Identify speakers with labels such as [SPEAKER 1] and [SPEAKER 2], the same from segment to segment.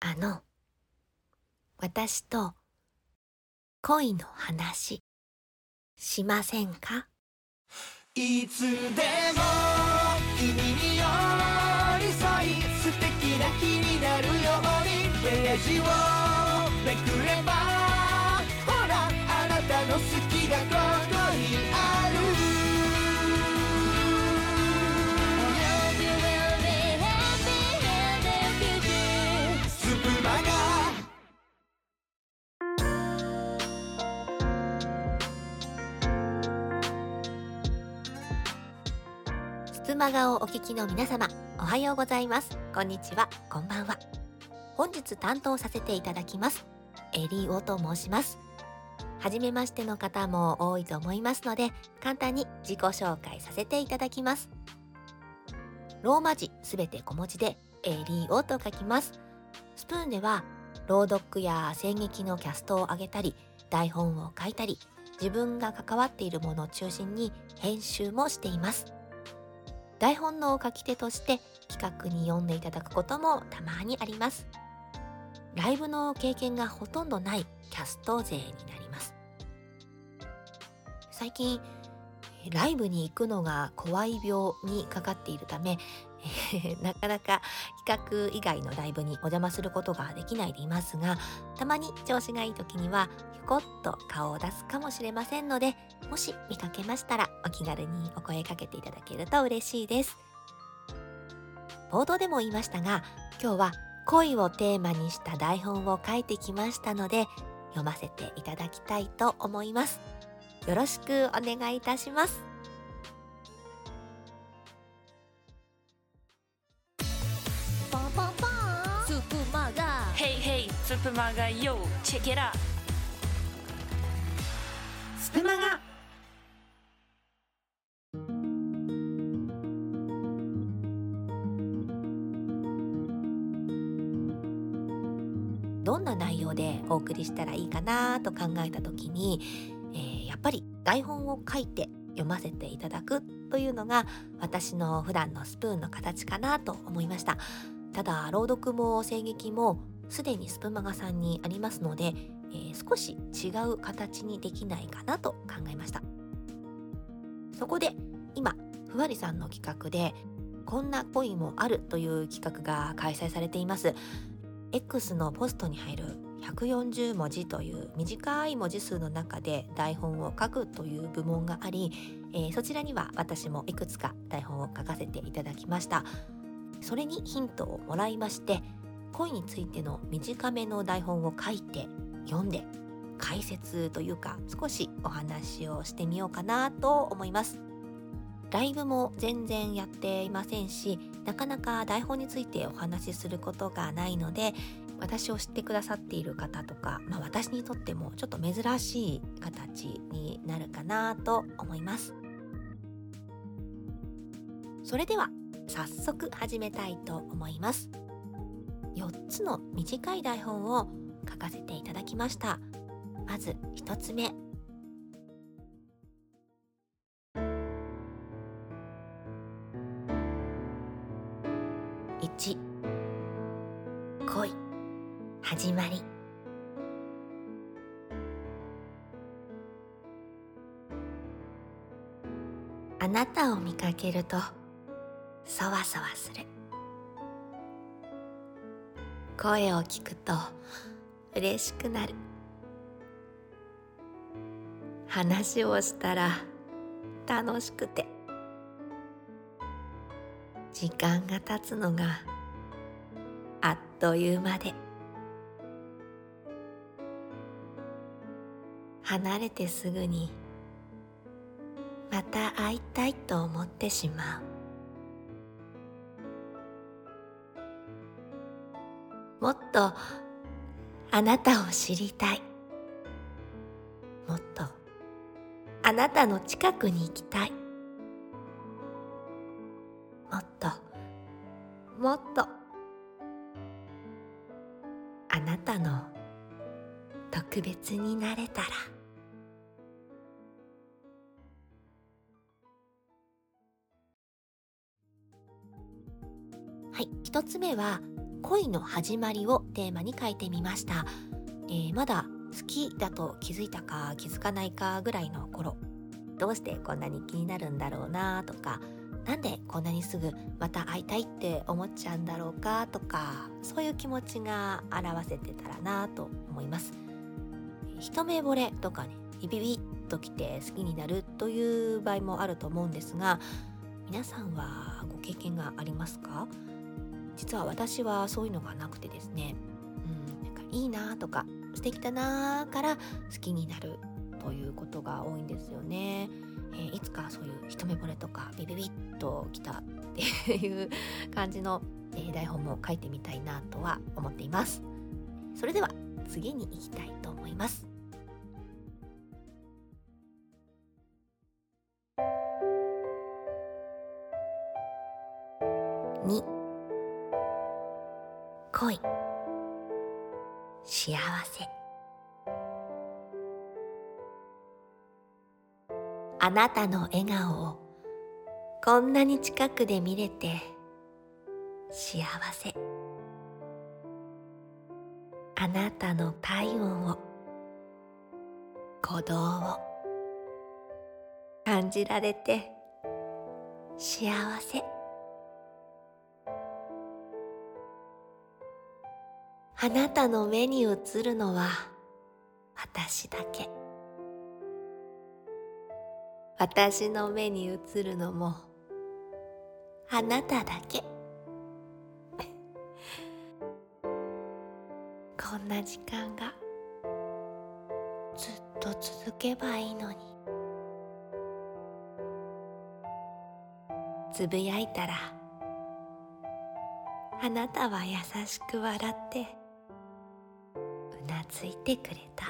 [SPEAKER 1] あの、私と恋の話しませんか？
[SPEAKER 2] いつでも君に寄り添い素敵な日になるようにページをめくればほらあなたの好きがここにあるスプマガ
[SPEAKER 1] スプマガをお聞きの皆様、おはようございます。こんにちは、こんばんは。本日担当させていただきます、エリオと申します。初めましての方も多いと思いますので、簡単に自己紹介させていただきます。ローマ字すべて小文字でエリオと書きます。スプーンでは朗読や声劇のキャストを上げたり、台本を書いたり、自分が関わっているものを中心に編集もしています。台本の書き手として企画に読んでいただくこともたまにあります。ライブの経験がほとんどないキャスト勢になります。最近ライブに行くのが怖い病にかかっているため、なかなか企画以外のライブにお邪魔することができないでいますが、たまに調子がいい時にはひょこっと顔を出すかもしれませんので、もし見かけましたらお気軽にお声かけていただけると嬉しいです。冒頭でも言いましたが、今日は恋をテーマにした台本を書いてきましたので、読ませていただきたいと思います。よろしくお願いいたします。
[SPEAKER 3] ポンポンポンスープマガ
[SPEAKER 4] Hey hey, Supermaga yo, check it out.
[SPEAKER 2] スプマガ
[SPEAKER 1] どんな内容でお送りしたらいいかなと考えた時に、やっぱり台本を書いて読ませていただくというのが私の普段のスプーンの形かなと思いました。ただ朗読も声劇もすでにスプマガさんにありますので、少し違う形にできないかなと考えました。そこで今ふわりさんの企画でこんな恋もあるという企画が開催されています。X のポストに入る140文字という短い文字数の中で台本を書くという部門があり、そちらには私もいくつか台本を書かせていただきました。それにヒントをもらいまして、恋についての短めの台本を書いて読んで解説というか少しお話をしてみようかなと思います。ライブも全然やっていませんし、なかなか台本についてお話しすることがないので、私を知ってくださっている方とか、私にとってもちょっと珍しい形になるかなと思います。それでは早速始めたいと思います。4つの短い台本を書かせていただきました。まず1つ目。1、恋始まり。あなたを見かけるとそわそわする。声を聞くと嬉しくなる。話をしたら楽しくて、時間が経つのがあっという間で、離れてすぐにまた会いたいと思ってしまう。もっとあなたを知りたい。もっとあなたの近くに行きたい。もっともっとあなたの特別になれたら。はい、一つ目は恋の始まりをテーマに書いてみました。まだ好きだと気づいたか気づかないかぐらいの頃、どうしてこんなに気になるんだろうなとか、なんでこんなにすぐまた会いたいって思っちゃうんだろうかとか、そういう気持ちが表せてたらなと思います。一目惚れとかね、ビビビッときて好きになるという場合もあると思うんですが、皆さんはご経験がありますか？実は私はそういうのがなくてですね、なんかいいなとか素敵だなから好きになるということが多いんですよね。いつかそういう一目惚れとかビビビッときたっていう感じの、台本も書いてみたいなとは思っています。それでは次に行きたいと思います。2、恋、幸せ。あなたの笑顔をこんなに近くで見れて幸せ。あなたの体温を、鼓動を感じられて幸せ。あなたの目に映るのは私だけ。私の目に映るのもあなただけ。こんな時間がずっと続けばいいのに。つぶやいたらあなたは優しく笑ってうなずいてくれた。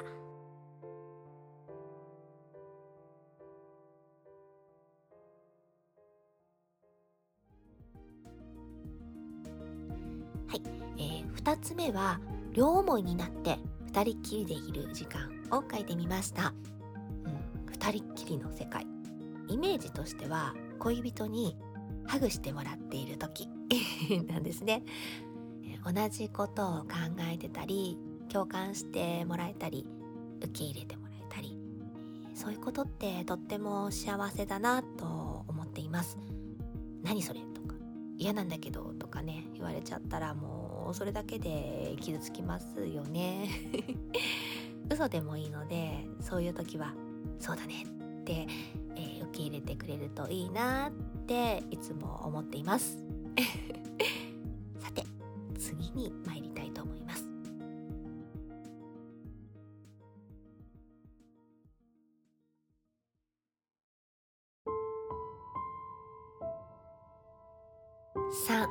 [SPEAKER 1] はい、2つ目は両思いになって二人っきりでいる時間を書いてみました。二人っきりの世界、イメージとしては恋人にハグしてもらっている時なんですね。同じことを考えてたり、共感してもらえたり、受け入れてもらえたり、そういうことってとっても幸せだなと思っています。何それとか、嫌なんだけどとかね、言われちゃったらもうそれだけで傷つきますよね。嘘でもいいので、そういう時はそうだねって、受け入れてくれるといいなっていつも思っています。さて、次に参りたいと思います。3、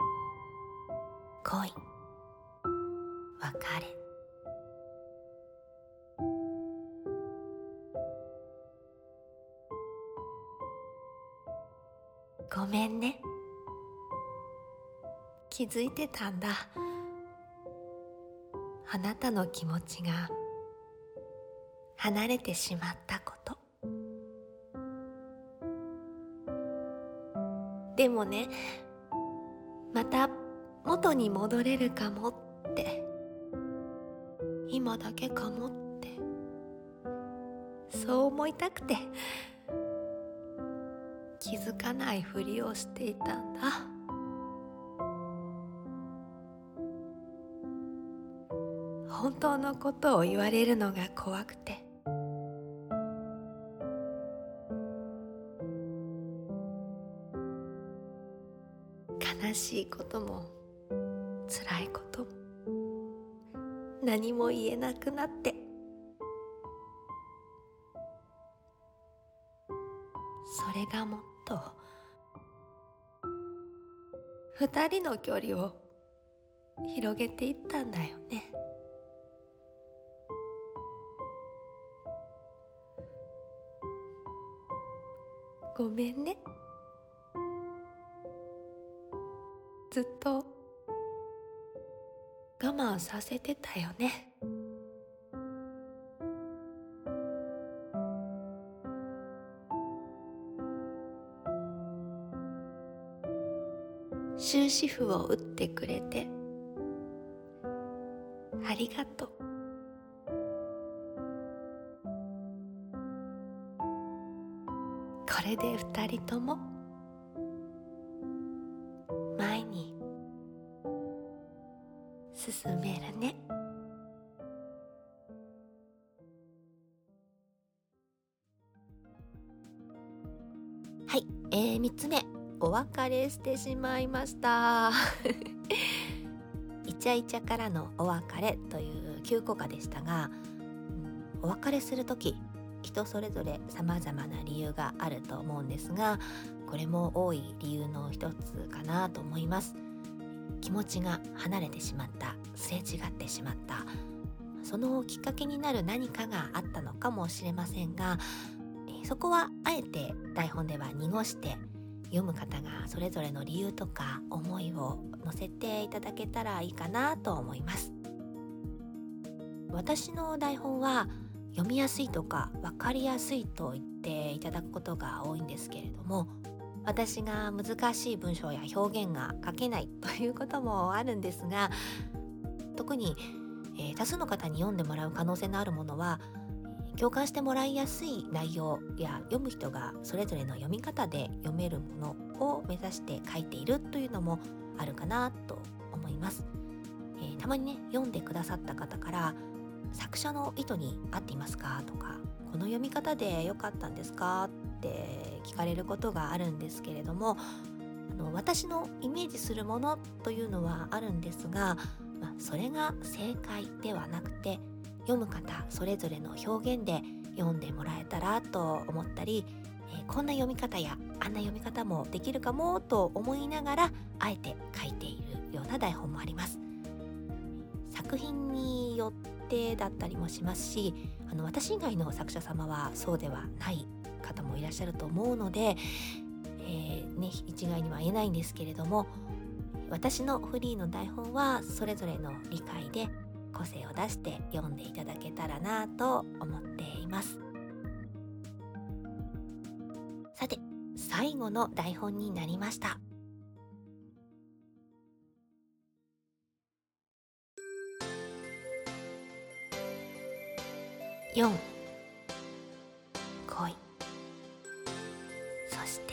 [SPEAKER 1] 恋、別れ。ごめんね。気づいてたんだ。あなたの気持ちが離れてしまったこと。でもね、また元に戻れるかもって、今だけかもって、そう思いたくて気づかないふりをしていたんだ。本当のことを言われるのが怖くて、悲しいことも辛いことも何も言えなくなって、それがもっと二人の距離を広げていったんだよね。ごめんね。ずっと我慢させてたよね。終止符を打ってくれてありがとう。これで2人とも前に進めるね。はい、3つ目、お別れしてしまいましたイチャイチャからのお別れという9個歌でしたが、お別れするとき人それぞれ様々な理由があると思うんですが、これも多い理由の一つかなと思います。気持ちが離れてしまった、すれ違ってしまった、そのきっかけになる何かがあったのかもしれませんが、そこはあえて台本では濁して読む方がそれぞれの理由とか思いを載せていただけたらいいかなと思います。私の台本は読みやすいとか分かりやすいと言っていただくことが多いんですけれども、私が難しい文章や表現が書けないということもあるんですが、特に、多数の方に読んでもらう可能性のあるものは共感してもらいやすい内容や読む人がそれぞれの読み方で読めるものを目指して書いているというのもあるかなと思います。たまにね、読んでくださった方から作者の意図に合っていますかとか、この読み方で良かったんですかって聞かれることがあるんですけれども、私のイメージするものというのはあるんですが、それが正解ではなくて、読む方それぞれの表現で読んでもらえたらと思ったり、こんな読み方やあんな読み方もできるかもと思いながらあえて書いているような台本もあります。作品によってだったりもしますし、私以外の作者様はそうではない方もいらっしゃると思うので、一概には言えないんですけれども、私のフリーの台本はそれぞれの理解で個性を出して読んでいただけたらなと思っています。さて、最後の台本になりました。4、恋、そして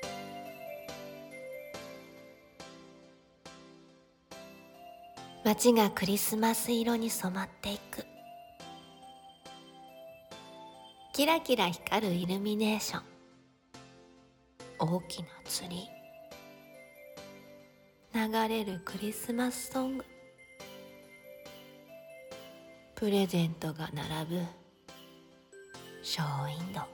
[SPEAKER 1] 街がクリスマス色に染まっていく。キラキラ光るイルミネーション、大きなツリー、流れるクリスマスソング、プレゼントが並ぶショーウィンドウ。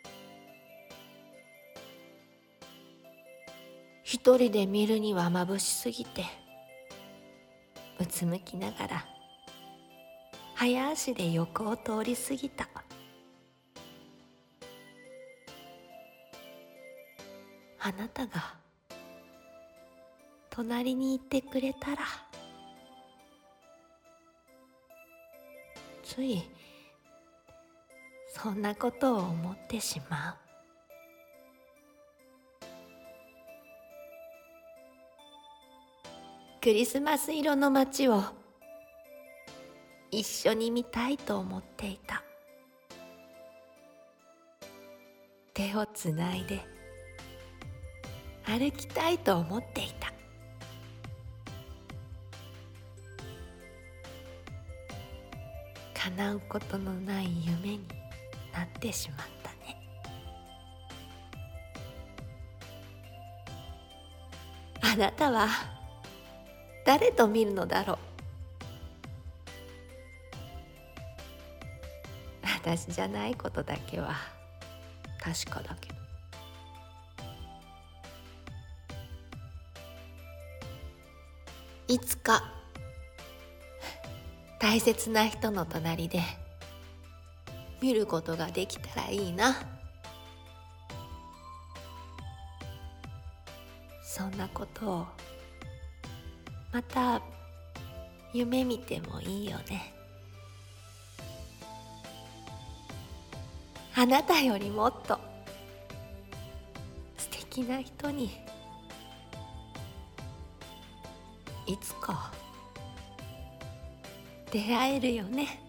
[SPEAKER 1] 一人で見るには眩しすぎてうつむきながら早足で横を通り過ぎた。あなたが隣にいてくれたら、ついそんなことを思ってしまう。クリスマス色の街を一緒に見たいと思っていた。手をつないで歩きたいと思っていた。叶うことのない夢になってしまったね。あなたは誰と見るのだろう。私じゃないことだけは確かだけど。いつか大切な人の隣で見ることができたらいいな。そんなことをまた夢見てもいいよね。あなたよりもっと素敵な人にいつか出会えるよね。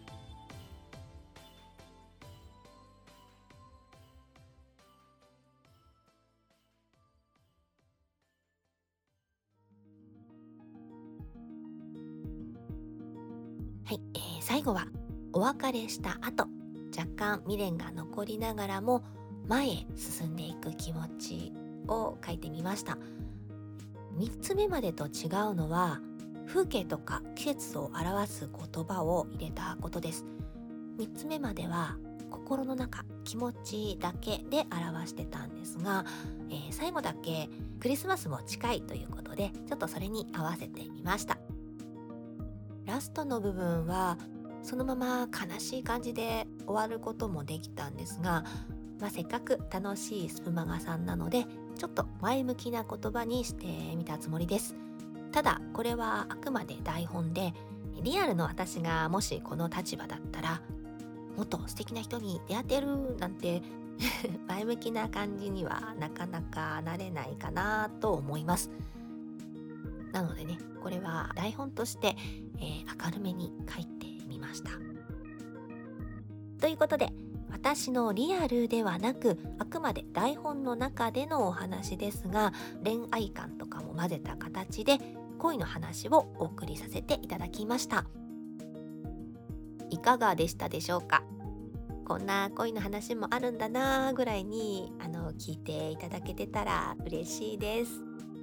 [SPEAKER 1] はい、最後はお別れした後、若干未練が残りながらも前へ進んでいく気持ちを書いてみました。3つ目までと違うのは風景とか季節を表す言葉を入れたことです。3つ目までは心の中、気持ちだけで表してたんですが、最後だけクリスマスも近いということでちょっとそれに合わせてみました。ラストの部分はそのまま悲しい感じで終わることもできたんですが、せっかく楽しいスプマガさんなのでちょっと前向きな言葉にしてみたつもりです。ただこれはあくまで台本で、リアルの私がもしこの立場だったらもっと素敵な人に出会ってるなんて前向きな感じにはなかなかなれないかなと思います。なのでね、これは台本として、明るめに書いてみました。ということで、私のリアルではなくあくまで台本の中でのお話ですが、恋愛観とかも混ぜた形で恋の話をお送りさせていただきました。いかがでしたでしょうか。こんな恋の話もあるんだなぐらいに聞いていただけてたら嬉しいです。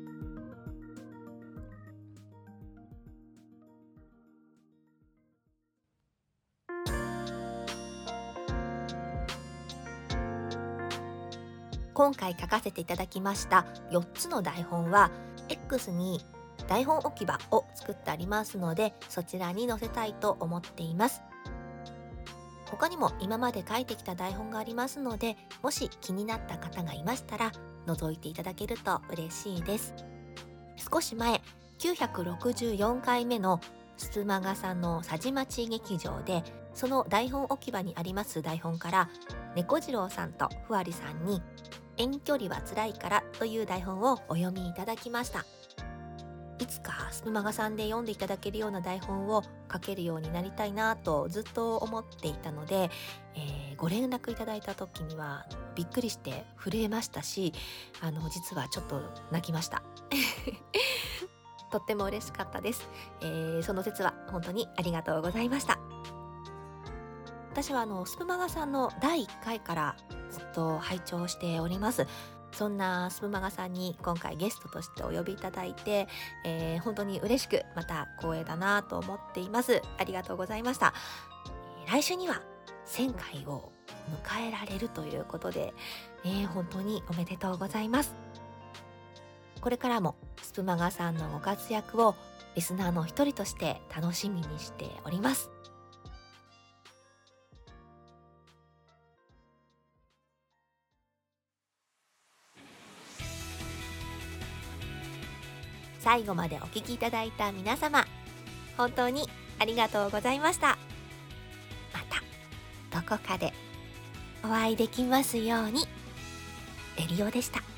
[SPEAKER 1] 今回書かせていただきました4つの台本は X に台本置き場を作ってありますので、そちらに載せたいと思っています。他にも今まで書いてきた台本がありますので、もし気になった方がいましたら覗いていただけると嬉しいです。少し前964回目のスプマガさんのさじまち劇場で、その台本置き場にあります台本から猫次郎さんとふわりさんに遠距離は辛いからという台本をお読みいただきました。いつかスプマガさんで読んでいただけるような台本を書けるようになりたいなとずっと思っていたので、ご連絡いただいた時にはびっくりして震えましたし、実はちょっと泣きましたとっても嬉しかったです。その説は本当にありがとうございました。私はスプマガさんの第1回からずっと拝聴しております。そんなスプマガさんに今回ゲストとしてお呼びいただいて、本当に嬉しくまた光栄だなと思っています。ありがとうございました。来週には1000回を迎えられるということで、本当におめでとうございます。これからもスプマガさんのご活躍をリスナーの一人として楽しみにしております。最後までお聞きいただいた皆様、本当にありがとうございました。またどこかでお会いできますように。エリオでした。